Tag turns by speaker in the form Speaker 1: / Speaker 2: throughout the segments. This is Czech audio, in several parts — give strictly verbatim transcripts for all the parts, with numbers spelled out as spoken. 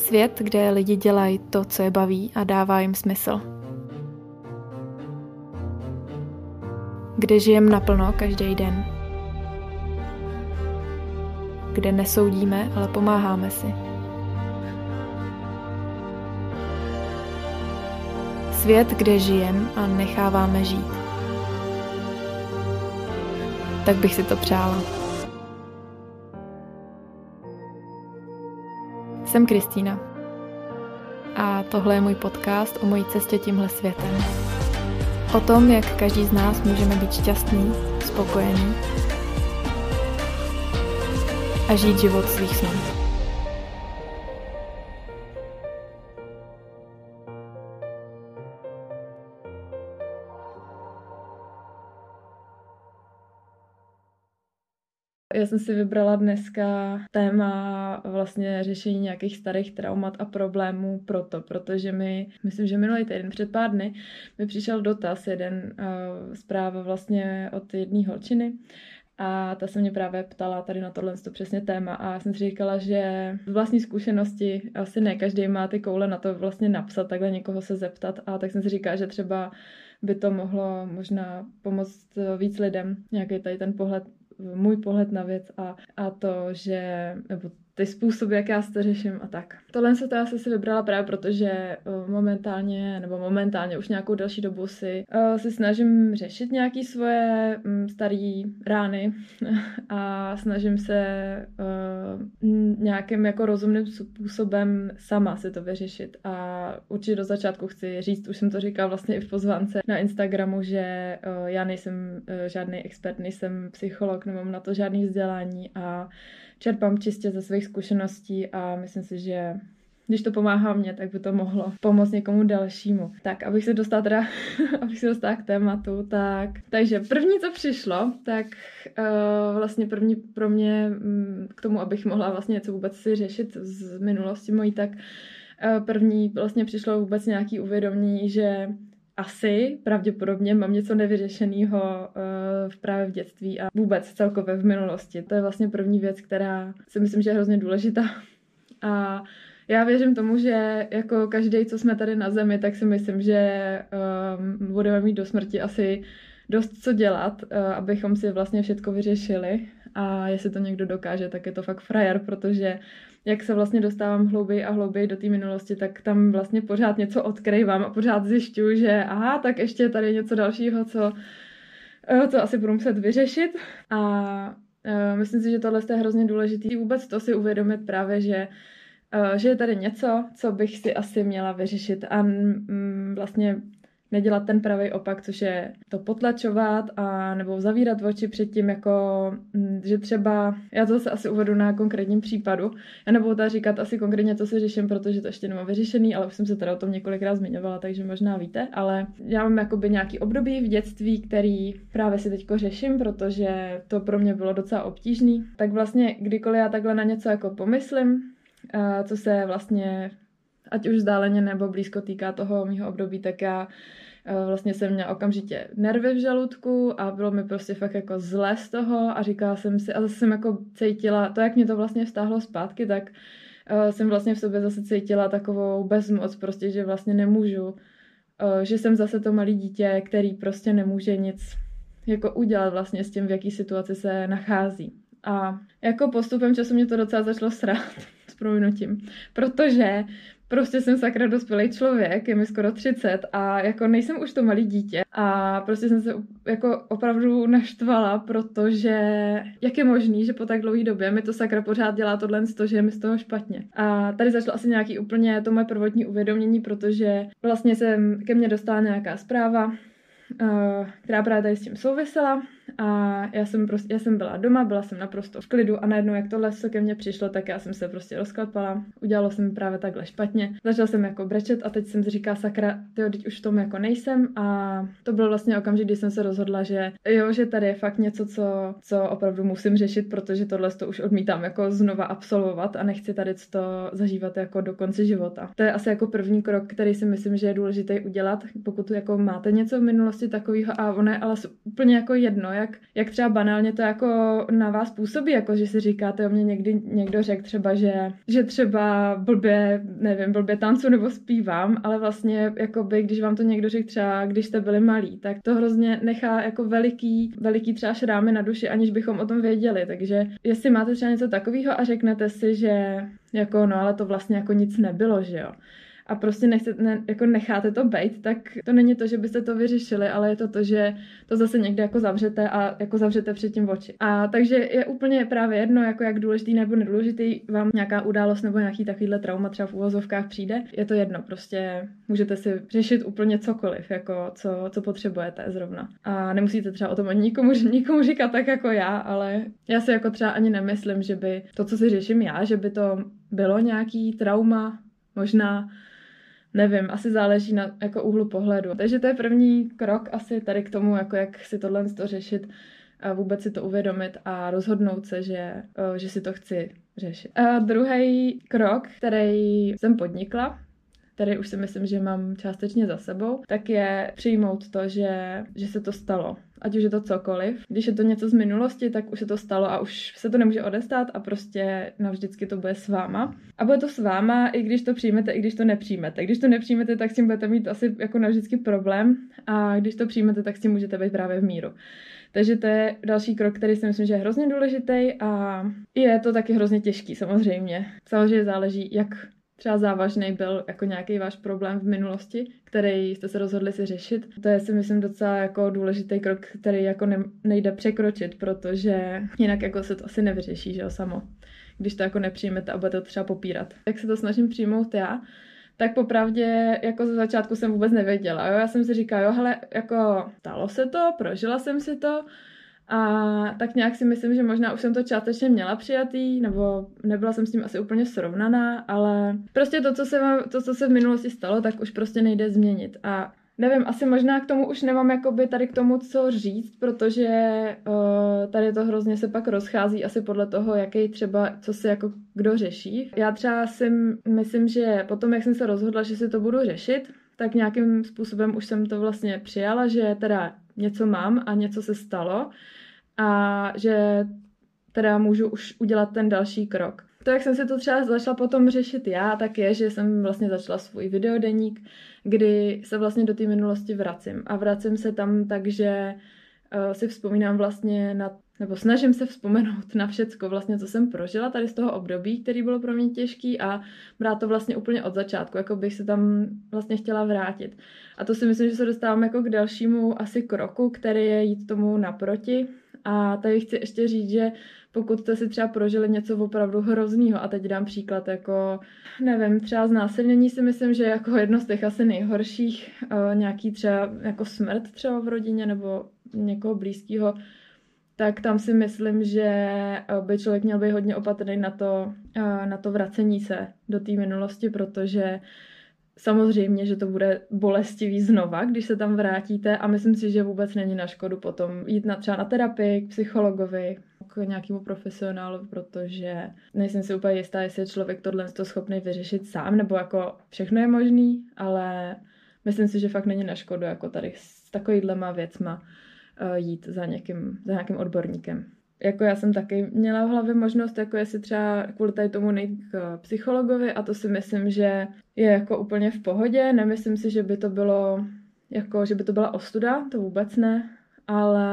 Speaker 1: Svět, kde lidi dělají to, co je baví a dává jim smysl. Kde žijem naplno každý den. Kde nesoudíme, ale pomáháme si. Svět, kde žijem a necháváme žít. Tak bych si to přála. Jsem Kristýna a tohle je můj podcast o mojí cestě tímhle světem. O tom, jak každý z nás můžeme být šťastný, spokojený a žít život svých snů.
Speaker 2: Já jsem si vybrala dneska téma vlastně řešení nějakých starých traumat a problémů proto, protože mi, myslím, že minulý týden, před pár dny, mi přišel dotaz, jeden uh, zpráva vlastně od jedné holčiny a ta se mě právě ptala tady na tohle to přesně téma a já jsem si říkala, že z vlastní zkušenosti asi ne každý má ty koule na to vlastně napsat, takhle někoho se zeptat a tak jsem si říkala, že třeba by to mohlo možná pomoct víc lidem, nějaký tady ten pohled, můj pohled na věc a, a to, že, nebo ty způsoby, jak já si to řeším a tak. Tohle se to já si vybrala právě proto, že momentálně, nebo momentálně už nějakou další dobu si, uh, si snažím řešit nějaké svoje um, staré rány a snažím se uh, nějakým jako rozumným způsobem sama si to vyřešit a určitě do začátku chci říct, už jsem to říkala vlastně i v pozvánce na Instagramu, že uh, já nejsem uh, žádný expert, nejsem psycholog, nemám na to žádný vzdělání a čerpám čistě ze svých zkušeností a myslím si, že když to pomáhá mně, tak by to mohlo pomoct někomu dalšímu. Tak, abych se dostala teda, abych se dostala k tématu, tak, takže první, co přišlo, tak uh, vlastně první pro mě um, k tomu, abych mohla vlastně něco vůbec si řešit z minulosti mojí, tak uh, první vlastně přišlo vůbec nějaký uvědomění, že asi pravděpodobně mám něco nevyřešeného uh, právě v dětství a vůbec celkově v minulosti. To je vlastně první věc, která si myslím, že je hrozně důležitá. A já věřím tomu, že jako každý, co jsme tady na zemi, tak si myslím, že um, budeme mít do smrti asi dost co dělat, uh, abychom si vlastně všechno vyřešili. A jestli to někdo dokáže, tak je to fakt frajer, protože jak se vlastně dostávám hlouběji a hlouběji do té minulosti, tak tam vlastně pořád něco odkrývám a pořád zjišťuju, že aha, tak ještě je tady něco dalšího, co, co asi budu muset vyřešit. A uh, myslím si, že tohle je hrozně důležitý. Vůbec to si uvědomit právě, že, uh, že je tady něco, co bych si asi měla vyřešit a mm, vlastně nedělat ten pravý opak, což je to potlačovat a nebo zavírat oči před tím, jako, že třeba, já to zase asi uvedu na konkrétním případu, já nebudu tady říkat asi konkrétně, co si řeším, protože to ještě nemám vyřešený, ale už jsem se teda o tom několikrát zmiňovala, takže možná víte, ale já mám jakoby nějaký období v dětství, který právě si teďko řeším, protože to pro mě bylo docela obtížný, tak vlastně kdykoliv já takhle na něco jako pomyslím, co se vlastně ať už vzdáleně nebo blízko týká toho mýho období, tak já vlastně jsem měla okamžitě nervy v žaludku a bylo mi prostě fakt jako zle z toho a říkala jsem si, a zase jsem jako cítila, to jak mě to vlastně vztáhlo zpátky, tak uh, jsem vlastně v sobě zase cítila takovou bezmoc, prostě, že vlastně nemůžu, uh, že jsem zase to malé dítě, který prostě nemůže nic jako udělat vlastně s tím, v jaký situaci se nachází. A jako postupem času mě to docela začalo srát s prominutím, protože prostě jsem sakra dospělý člověk, je mi skoro třicet a jako nejsem už to malý dítě a prostě jsem se jako opravdu naštvala, protože jak je možný, že po tak dlouhé době mi to sakra pořád dělá tohle, že je mi z toho špatně. A tady začalo asi nějaký úplně to moje prvotní uvědomění, protože vlastně jsem ke mně dostala nějaká zpráva, která právě tady s tím souvisela a já jsem, prostě, já jsem byla doma, byla jsem naprosto v klidu a najednou, jak tohle se ke mně přišlo, tak já jsem se prostě rozklepala, udělalo se mi právě takhle špatně, začala jsem jako brečet a teď jsem si říkala, sakra, tyjo, teď už v tom jako nejsem a to byl vlastně okamžik, kdy jsem se rozhodla, že jo, že tady je fakt něco, co, co opravdu musím řešit, protože tohle to už odmítám jako znova absolvovat a nechci tady to zažívat jako do konce života. To je asi jako první krok, který si myslím, že je důležitý udělat, pokud jako máte něco v minulosti takového a ono je ale úplně jako jedno, jak jak, jak třeba banálně to jako na vás působí, jako že si říkáte, o mě někdy někdo řekl třeba, že, že třeba blbě, nevím, blbě tancu nebo zpívám, ale vlastně jakoby, když vám to někdo řekl třeba, když jste byli malí, tak to hrozně nechá jako veliký, veliký třeba šrámy na duši, aniž bychom o tom věděli, takže jestli máte třeba něco takového a řeknete si, že jako no, ale to vlastně jako nic nebylo, že jo. A prostě nechcete, ne, jako necháte to bejt, tak to není to, že byste to vyřešili, ale je to to, že to zase někde jako zavřete a jako zavřete před tím oči. A takže je úplně právě jedno, jako jak důležitý nebo nedůležitý vám nějaká událost nebo nějaký takovýhle trauma třeba v úvozovkách přijde. Je to jedno, prostě můžete si řešit úplně cokoliv, jako co, co potřebujete zrovna. A nemusíte třeba o tom ani nikomu, nikomu říkat tak jako já, ale já si jako třeba ani nemyslím, že by to, co si řeším já, že by to bylo nějaký trauma, možná nevím, asi záleží na jako úhlu pohledu. Takže to je první krok asi tady k tomu, jako jak si tohle to řešit a vůbec si to uvědomit a rozhodnout se, že, že si to chci řešit. A druhý krok, který jsem podnikla, který už si myslím, že mám částečně za sebou, tak je přijmout to, že, že se to stalo. Ať už je to cokoliv. Když je to něco z minulosti, tak už se to stalo a už se to nemůže odestát a prostě navždycky to bude s váma. A bude to s váma, i když to přijmete, i když to nepřijmete. Když to nepřijmete, tak s tím budete mít asi jako navždycky problém a když to přijmete, tak s tím můžete být právě v míru. Takže to je další krok, který si myslím, že je hrozně důležitý a je to taky hrozně těžký samozřejmě. Samozřejmě záleží, jak třeba závažný byl jako nějaký váš problém v minulosti, který jste se rozhodli si řešit. To je si myslím docela jako důležitý krok, který jako ne, nejde překročit, protože jinak jako se to asi nevyřeší, že jo, samo. Když to jako nepřijmete a budete to třeba popírat. Jak se to snažím přijmout já, tak popravdě jako ze začátku jsem vůbec nevěděla. Jo? Já jsem si říkala, jo, hele, jako stalo se to, prožila jsem si to, a tak nějak si myslím, že možná už jsem to částečně měla přijatý, nebo nebyla jsem s tím asi úplně srovnaná, ale prostě to, co se, to, co se v minulosti stalo, tak už prostě nejde změnit. A nevím, asi možná k tomu už nemám jakoby tady k tomu co říct, protože uh, tady to hrozně se pak rozchází asi podle toho, jaký třeba, co se jako kdo řeší. Já třeba si myslím, že potom, jak jsem se rozhodla, že si to budu řešit, tak nějakým způsobem už jsem to vlastně přijala, že teda něco mám a něco se stalo a že teda můžu už udělat ten další krok. To, jak jsem si to třeba začala potom řešit já, tak je, že jsem vlastně začala svůj videodeník, kdy se vlastně do té minulosti vracím. A vracím se tam tak, že uh, si vzpomínám vlastně na, nebo snažím se vzpomenout na všecko vlastně, co jsem prožila tady z toho období, který bylo pro mě těžký a brát to vlastně úplně od začátku, jako bych se tam vlastně chtěla vrátit. A to si myslím, že se dostávám jako k dalšímu asi kroku, který je jít tomu naproti. A tady chci ještě říct, že pokud jste si třeba prožili něco opravdu hroznýho, a teď dám příklad jako, nevím, třeba znásilnění si myslím, že jako jedno z těch asi nejhorších, nějaký třeba jako smrt třeba v rodině nebo někoho blízkého, tak tam si myslím, že by člověk měl být hodně opatrný na to, na to vracení se do té minulosti, protože samozřejmě, že to bude bolestivý znova, když se tam vrátíte a myslím si, že vůbec není na škodu potom jít na, třeba na terapii, k psychologovi, k nějakému profesionálu, protože nejsem si úplně jistá, jestli je člověk tohle to schopný vyřešit sám, nebo jako všechno je možný, ale myslím si, že fakt není na škodu jako tady s takovýhlema věcma jít za někým, za nějakým odborníkem. Jako já jsem taky měla v hlavě možnost, jako jestli třeba kvůli tady tomu nejít k psychologovi a to si myslím, že je jako úplně v pohodě. Nemyslím si, že by to bylo, jako, že by to byla ostuda, to vůbec ne, ale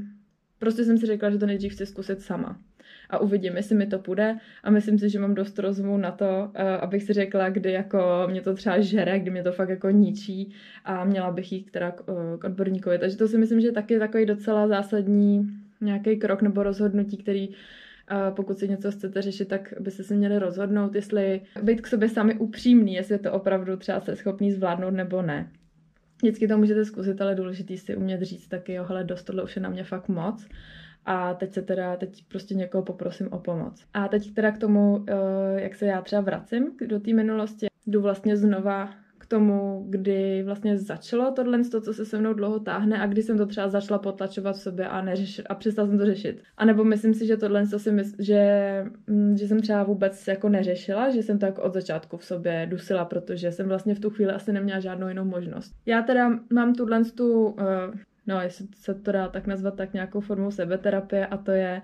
Speaker 2: prostě jsem si řekla, že to nejdřív chci zkusit sama. A uvidím, jestli mi to půjde a myslím si, že mám dost rozumu na to, abych si řekla, kdy jako mě to třeba žere, kdy mě to fakt jako ničí a měla bych jít teda k odborníkovi. Takže to si myslím, že je taky takový docela zásadní nějaký krok nebo rozhodnutí, který pokud si něco chcete řešit, tak byste se měli rozhodnout, jestli být k sobě sami upřímný, jestli je to opravdu třeba se schopný zvládnout nebo ne. Vždycky to můžete zkusit, ale důležitý si umět říct taky, jo, hele, dost tohle už je na mě fakt moc. A teď se teda, teď prostě někoho poprosím o pomoc. A teď teda k tomu, jak se já třeba vracím do té minulosti, jdu vlastně znova k tomu, kdy vlastně začalo tohle, to, co se se mnou dlouho táhne a kdy jsem to třeba začala potlačovat v sobě a, neřešit, a přestala jsem to řešit. A nebo myslím si, že tohle, to si mysl, že, že jsem třeba vůbec jako neřešila, že jsem to jako od začátku v sobě dusila, protože jsem vlastně v tu chvíli asi neměla žádnou jinou možnost. Já teda mám tuhle tu, no jestli se to dá tak nazvat, tak nějakou formou sebeterapie, a to je,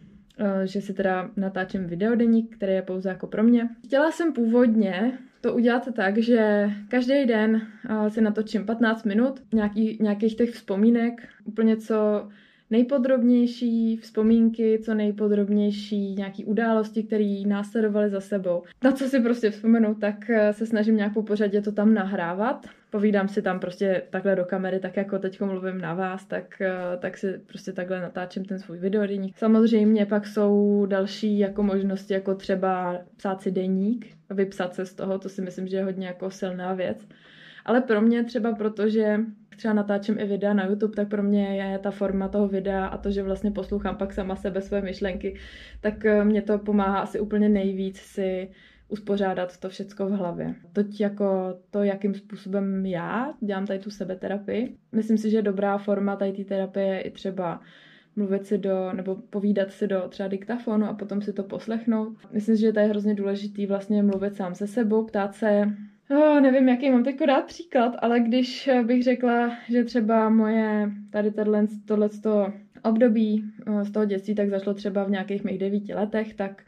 Speaker 2: že si teda natáčím videodeník, který je pouze jako pro mě. Chtěla jsem původně to udělat tak, že každý den si natočím patnáct minut nějaký, nějakých těch vzpomínek, úplně co nejpodrobnější vzpomínky, co nejpodrobnější nějaký události, které následovaly za sebou. Na co si prostě vzpomenu, tak se snažím nějak po pořadě to tam nahrávat. Povídám si tam prostě takhle do kamery, tak jako teď mluvím na vás, tak, tak si prostě takhle natáčím ten svůj videodeník. Samozřejmě pak jsou další jako možnosti, jako třeba psát si deník, vypsat se z toho, to si myslím, že je hodně jako silná věc. Ale pro mě třeba, protože třeba natáčím i videa na YouTube, tak pro mě je ta forma toho videa a to, že vlastně poslouchám pak sama sebe svoje myšlenky, tak mě to pomáhá asi úplně nejvíc si uspořádat to všecko v hlavě. Toť jako to, jakým způsobem já dělám tady tu sebeterapii. Myslím si, že dobrá forma tady té terapie je i třeba mluvit si do, nebo povídat si do třeba diktafonu a potom si to poslechnout. Myslím si, že to je hrozně důležitý vlastně mluvit sám se sebou, ptát se. Oh, nevím, jaký mám teď dát příklad, ale když bych řekla, že třeba moje tady tohle, tohleto období z toho dětství tak zašlo třeba v nějakých mých devíti letech, tak,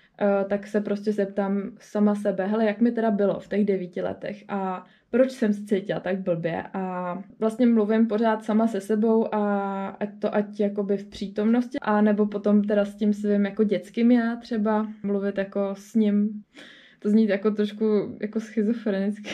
Speaker 2: tak se prostě zeptám sama sebe, hele, jak mi teda bylo v těch devíti letech a proč jsem se cítila tak blbě, a vlastně mluvím pořád sama se sebou a ať to ať jakoby v přítomnosti, a nebo potom teda s tím svým jako dětským já třeba mluvit jako s ním. To zní jako trošku jako schizofrenicky,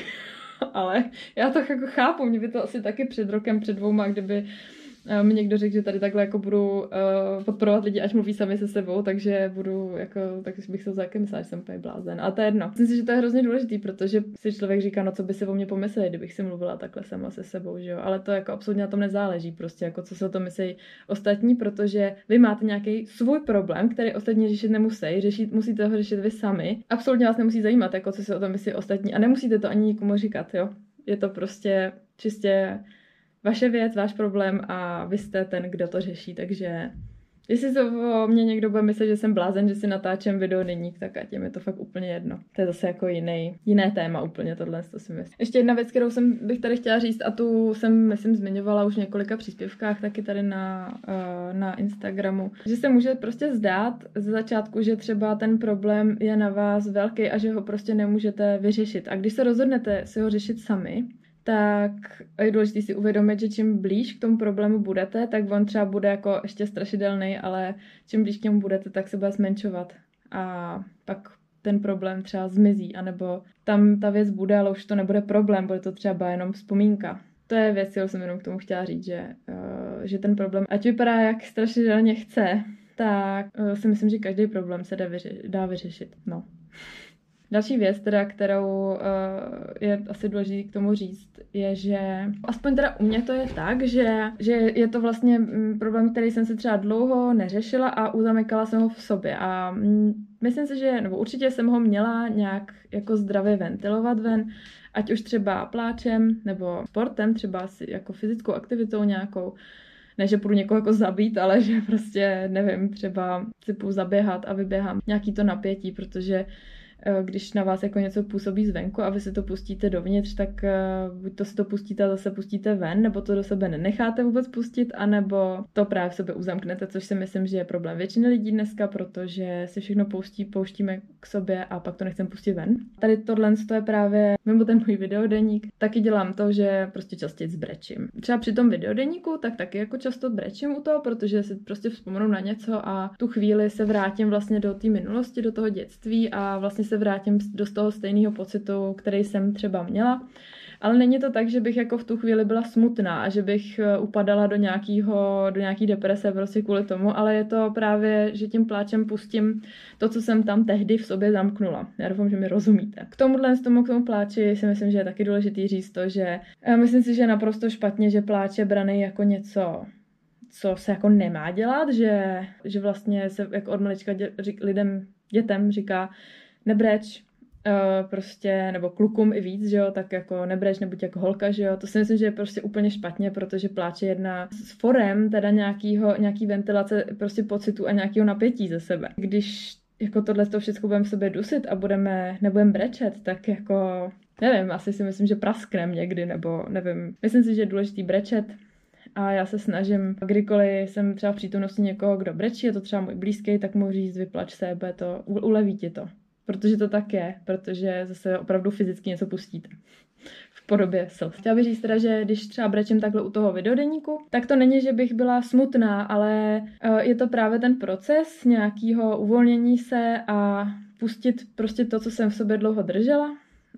Speaker 2: ale já to jako chápu, mě by to asi taky před rokem, před dvouma, kdyby mi někdo řekl, že tady takhle jako budu uh, podporovat lidi, až mluví sami se sebou, takže budu jako, tak bych se taky myslela, že jsem úplně blázen. A to je jedno. Myslím si, že to je hrozně důležitý, protože si člověk říká, no co by si o mě pomysleli, kdybych si mluvila takhle sama se sebou, že jo. Ale to jako absolutně na tom nezáleží, prostě jako co se o to myslí ostatní, protože vy máte nějaký svůj problém, který ostatní řešit nemusí, řešit, musíte ho řešit vy sami. Absolutně vás nemusí zajímat, jako co si o tom myslí ostatní, a nemusíte to ani nikomu říkat, jo. Je to prostě čistě vaše věc, váš problém a vy jste ten, kdo to řeší, takže jestli se o mě někdo bude myslet, že jsem blázen, že si natáčím videodeník, tak ať je mi to fakt úplně jedno. To je zase jako jiný, jiné téma úplně tohle, to si myslím. Ještě jedna věc, kterou jsem bych tady chtěla říct, a tu jsem, myslím, zmiňovala už v několika příspěvkách, taky tady na, na Instagramu, že se může prostě zdát ze začátku, že třeba ten problém je na vás velký a že ho prostě nemůžete vyřešit. A když se rozhodnete si ho řešit sami, tak je důležité si uvědomit, že čím blíž k tomu problému budete, tak on třeba bude jako ještě strašidelný, ale čím blíž k němu budete, tak se bude zmenšovat. A pak ten problém třeba zmizí, anebo tam ta věc bude, ale už to nebude problém, bude to třeba jenom vzpomínka. To je věc, kterou jsem jenom k tomu chtěla říct, že, uh, že ten problém, ať vypadá jak strašidelně chce, tak uh, si myslím, že každý problém se dá, vyři- dá vyřešit. No. Další věc, teda, kterou uh, je asi důležité k tomu říct, je, že aspoň teda u mě to je tak, že, že je to vlastně problém, který jsem si třeba dlouho neřešila a uzamykala jsem ho v sobě. A myslím si, že, nebo určitě jsem ho měla nějak jako zdravě ventilovat ven, ať už třeba pláčem nebo sportem, třeba jako fyzickou aktivitou nějakou. Ne, že půjdu někoho jako zabít, ale že prostě, nevím, třeba si půjdu zaběhat a vyběhám nějaký to napětí, protože když na vás jako něco působí zvenku a vy si to pustíte dovnitř, tak buď to si to pustíte a zase pustíte ven, nebo to do sebe nenecháte vůbec pustit, anebo to právě v sobě uzamknete, což si myslím, že je problém většiny lidí dneska, protože si všechno pouští, pouštíme k sobě a pak to nechceme pustit ven. Tady tohle je právě mimo ten můj videodeník. Taky dělám to, že prostě častěji zbrečím. Třeba při tom videodeníku, tak taky jako často brečím u toho, protože si prostě vzpomenu na něco a tu chvíli se vrátím vlastně do té minulosti, do toho dětství a vlastně se vrátím do toho stejného pocitu, který jsem třeba měla. Ale není to tak, že bych jako v tu chvíli byla smutná a že bych upadala do nějakého, do nějaký deprese prostě kvůli tomu, ale je to právě, že tím pláčem pustím to, co jsem tam tehdy v sobě zamknula. Já doufám, že mi rozumíte. K tomuhle z tomu, k tomu pláči si myslím, že je taky důležitý říct to, že myslím si, že je naprosto špatně, že pláč je braný jako něco, co se jako nemá dělat, že, že vlastně se jako od malička dě, lidem, dětem říká nebreč, uh, prostě, nebo klukům i víc, že jo, tak jako nebreč, nebuď jako holka, že jo, to si myslím, že je prostě úplně špatně, protože pláč je jedna z forem teda nějakýho, nějaký ventilace prostě pocitu a nějakého napětí ze sebe. Když jako tohle to všechno budeme v sobě dusit a budeme, nebudeme brečet, tak jako, nevím, asi si myslím, že prasknem někdy, nebo nevím, myslím si, že je důležitý brečet a já se snažím, kdykoliv jsem třeba v přítomnosti někoho, kdo brečí, je to třeba můj blízký, tak mu říct, vyplač se, bude to, uleví ti to. Protože to tak je, protože zase opravdu fyzicky něco pustíte. V podobě slz. Chtěla bych říct teda, že když třeba brečím takhle u toho videodeníku, tak to není, že bych byla smutná, ale je to právě ten proces nějakého uvolnění se a pustit prostě to, co jsem v sobě dlouho držela.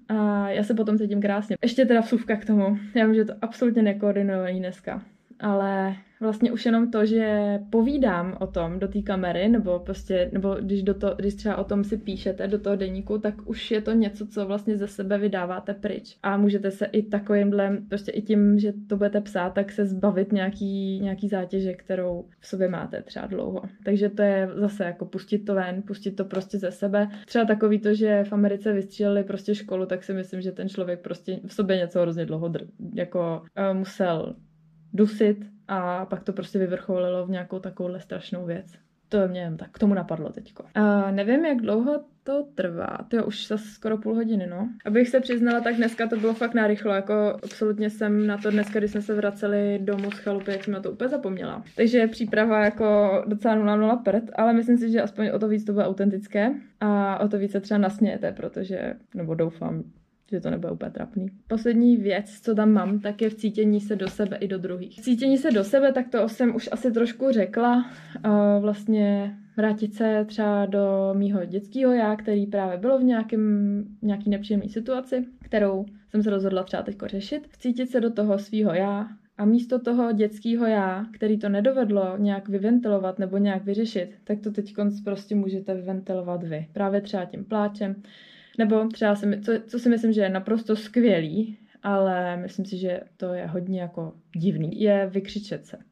Speaker 2: A já se potom cítím krásně. Ještě teda vsuvka k tomu. Já vím, že to absolutně nekoordinovaný dneska. Ale vlastně už jenom to, že povídám o tom do té kamery, nebo prostě, nebo když, do to, když třeba o tom si píšete do toho deníku, tak už je to něco, co vlastně ze sebe vydáváte pryč. A můžete se i takovýmhle, prostě i tím, že to budete psát, tak se zbavit nějaký, nějaký zátěže, kterou v sobě máte třeba dlouho. Takže to je zase jako pustit to ven, pustit to prostě ze sebe. Třeba takový to, že v Americe vystříleli prostě školu, tak si myslím, že ten člověk prostě v sobě něco hrozně dlouho dr- jako uh, musel dusit a pak to prostě vyvrcholilo v nějakou takovouhle strašnou věc. To mě tak k tomu napadlo teďko. A nevím, jak dlouho to trvá. To je už zase skoro půl hodiny, no. Abych se přiznala, tak dneska to bylo fakt narychlo. Jako absolutně jsem na to dneska, když jsme se vraceli domů z chalupy, jak jsem na to úplně zapomněla. Takže příprava jako docela nula nula prd, ale myslím si, že aspoň o to víc to bylo autentické a o to víc se třeba nasmějete, protože, nebo doufám, že to nebude úplně trapný. Poslední věc, co tam mám, tak je v cítění se do sebe i do druhých. Cítění se do sebe, tak to jsem už asi trošku řekla. Uh, vlastně vrátit se třeba do mýho dětského já, který právě bylo v nějakém, nějaký nepříjemné situaci, kterou jsem se rozhodla třeba teďko řešit. Cítit se do toho svýho já a místo toho dětského já, který to nedovedlo nějak vyventilovat nebo nějak vyřešit, tak to teď prostě můžete vyventilovat vy. Právě třeba tím pláčem. Nebo třeba, si, co, co si myslím, že je naprosto skvělý, ale myslím si, že to je hodně jako divný, je vykřičet se.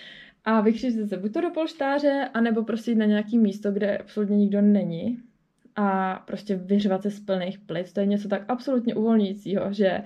Speaker 2: A vykřičet se buď to do polštáře, anebo prostě jít na nějaký místo, kde absolutně nikdo není a prostě vyřvat se z plných plic. To je něco tak absolutně uvolňujícího, že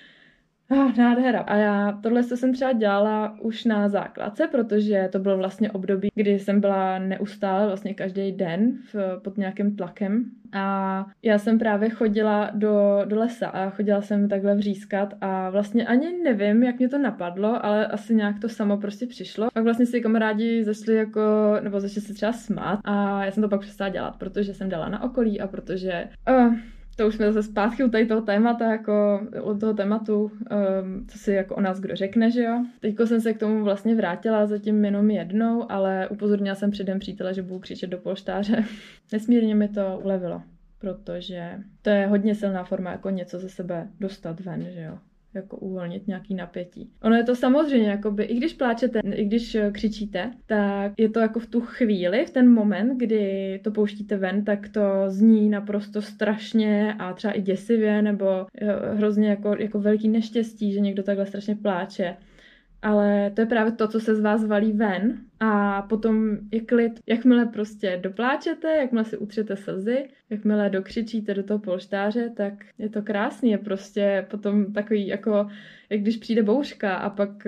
Speaker 2: ah, nádhera. A já tohle jsem třeba dělala už na základce, protože to bylo vlastně období, kdy jsem byla neustále vlastně každý den v, pod nějakým tlakem. A já jsem právě chodila do, do lesa a chodila jsem takhle vřískat a vlastně ani nevím, jak mě to napadlo, ale asi nějak to samo prostě přišlo. Pak vlastně si kamarádi začali jako, nebo začali se třeba smát a já jsem to pak přestala dělat, protože jsem dala na okolí a protože... Uh, to už jsme zase zpátky u tady toho témata, jako u toho tématu, um, co si jako o nás kdo řekne, že jo. Teďko jsem se k tomu vlastně vrátila zatím jenom jednou, ale upozornila jsem předem přítele, že budu křičet do polštáře. Nesmírně mi to ulevilo, protože to je hodně silná forma jako něco ze sebe dostat ven, že jo. Jako uvolnit nějaký napětí. Ono je to samozřejmě, jakoby, i když pláčete, i když křičíte, tak je to jako v tu chvíli, v ten moment, kdy to pouštíte ven, tak to zní naprosto strašně a třeba i děsivě, nebo hrozně jako, jako velký neštěstí, že někdo takhle strašně pláče. Ale to je právě to, co se z vás valí ven a potom je klid. Jakmile prostě dopláčete, jakmile si utřete slzy, jakmile dokřičíte do toho polštáře, tak je to krásný. Je prostě potom takový, jako jak když přijde bouřka a pak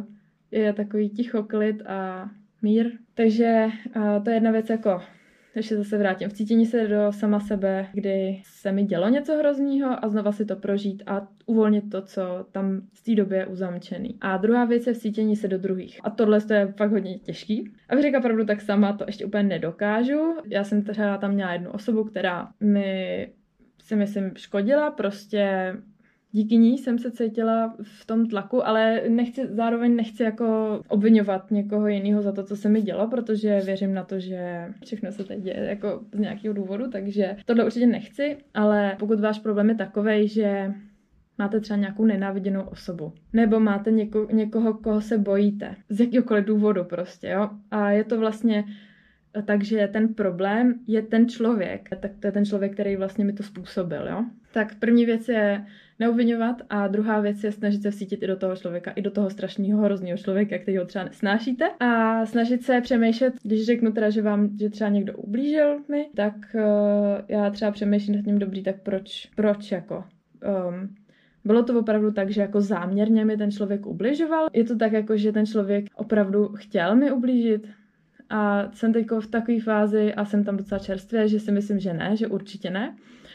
Speaker 2: je takový ticho, klid a mír. Takže to je jedna věc jako... Ještě zase vrátím. V cítění se do sama sebe, kdy se mi dělo něco hroznýho a znova si to prožít a uvolnit to, co tam v té době je uzamčený. A druhá věc je v cítění se do druhých. A tohle to je fakt hodně těžký. Abych řekla pravdu, tak sama to ještě úplně nedokážu. Já jsem třeba tam měla jednu osobu, která mi, si myslím, škodila, prostě... Díky ní jsem se cítila v tom tlaku, ale nechci, zároveň nechci jako obviňovat někoho jiného za to, co se mi dělo, protože věřím na to, že všechno se teď děje jako z nějakého důvodu, takže tohle určitě nechci, ale pokud váš problém je takovej, že máte třeba nějakou nenáviděnou osobu, nebo máte něko, někoho, koho se bojíte, z jakýhokoliv důvodu prostě, jo, a je to vlastně... Takže ten problém je ten člověk, tak to je ten člověk, který vlastně mi to způsobil, jo. Tak první věc je neobviňovat a druhá věc je snažit se vcítit i do toho člověka, i do toho strašného hrozného člověka, který ho třeba nesnášíte a snažit se přemýšlet, když řeknu teda, že vám, že třeba někdo ublížil mi, tak uh, já třeba přemýšlím nad tím dobrý, tak proč, proč jako... Um, Bylo to opravdu tak, že jako záměrně mi ten člověk ubližoval? Je to tak jako, že ten člověk opravdu chtěl mi ublížit? A jsem teď v takové fázi a jsem tam docela čerstvě, že si myslím, že ne, že určitě ne.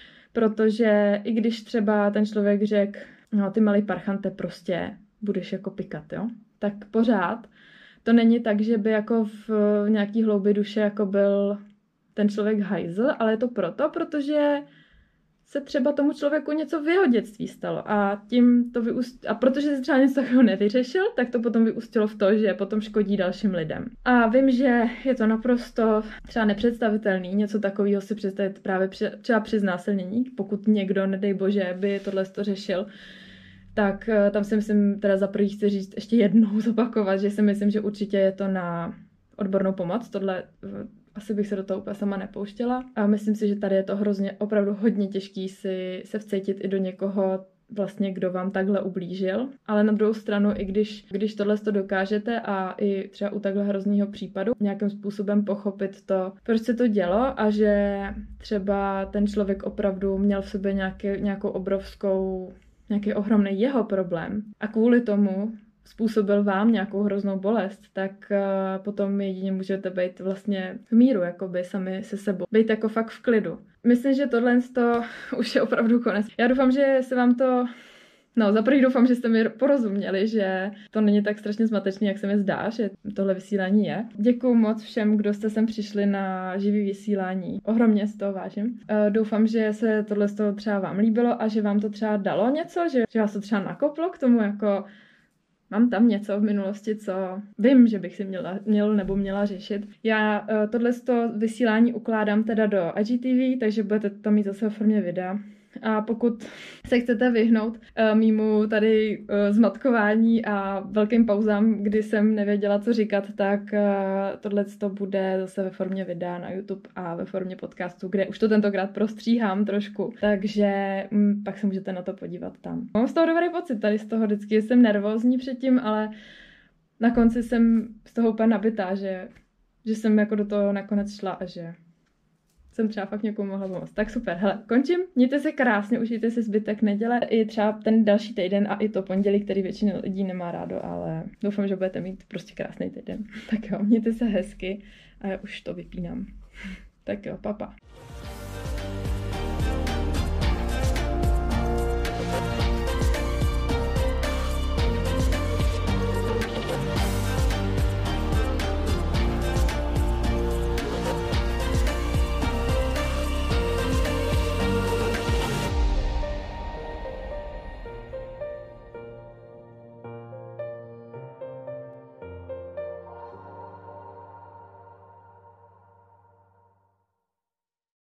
Speaker 2: Protože i když třeba ten člověk řekl, no ty malý parchante prostě budeš jako pikat, jo, tak pořád to není tak, že by jako v nějaký hloubi duše jako byl ten člověk hajzl, ale je to proto, protože se třeba tomu člověku něco v jeho dětství stalo a tím to vyúst... a protože se třeba něco takového nevyřešil, tak to potom vyústilo v to, že potom škodí dalším lidem. A vím, že je to naprosto třeba nepředstavitelný něco takového si představit právě při... třeba při znásilnění, pokud někdo, nedej bože, by tohle to řešil, tak tam si myslím, teda za první chci říct ještě jednou zopakovat, že si myslím, že určitě je to na odbornou pomoc, tohle asi bych se do toho úplně sama nepouštěla. A myslím si, že tady je to hrozně opravdu hodně těžký si se vcítit i do někoho, vlastně kdo vám takhle ublížil. Ale na druhou stranu, i když, když tohle to dokážete a i třeba u takhle hrozného případu nějakým způsobem pochopit to, proč se to dělo a že třeba ten člověk opravdu měl v sobě nějaký, nějakou obrovskou, nějaký ohromný jeho problém a kvůli tomu způsobil vám nějakou hroznou bolest, tak uh, potom jedině můžete být vlastně v míru, jakoby sami se sebou. Být jako fakt v klidu. Myslím, že tohle to už je opravdu konec. Já doufám, že se vám to... No, za první doufám, že jste mi porozuměli, že to není tak strašně zmatečný, jak se mi zdá, že tohle vysílání je. Děkuju moc všem, kdo jste sem přišli na živý vysílání. Ohromně z toho vážím. Uh, doufám, že se tohle z toho třeba vám líbilo a že vám to třeba dalo něco, že, že vás to třeba nakoplo k tomu, jako mám tam něco v minulosti, co vím, že bych si měla, měl nebo měla řešit. Já uh, tohle vysílání ukládám teda do I G T V, takže budete to mít zase v formě videa. A pokud se chcete vyhnout uh, mýmu tady uh, zmatkování a velkým pauzám, kdy jsem nevěděla, co říkat, tak uh, tohle to bude zase ve formě videa na YouTube a ve formě podcastu, kde už to tentokrát prostříhám trošku. Takže um, pak se můžete na to podívat tam. Mám z toho dobrý pocit, tady z toho vždycky jsem nervózní předtím, ale na konci jsem z toho úplně nabitá, že, že jsem jako do toho nakonec šla a že jsem třeba fakt někomu mohla pomoct. Tak super, hele, končím. Mějte se krásně, užijte si zbytek neděle i třeba ten další týden a i to pondělí, který většina lidí nemá rádo, ale doufám, že budete mít prostě krásný týden. Tak jo, mějte se hezky a já už to vypínám. Tak jo, papa.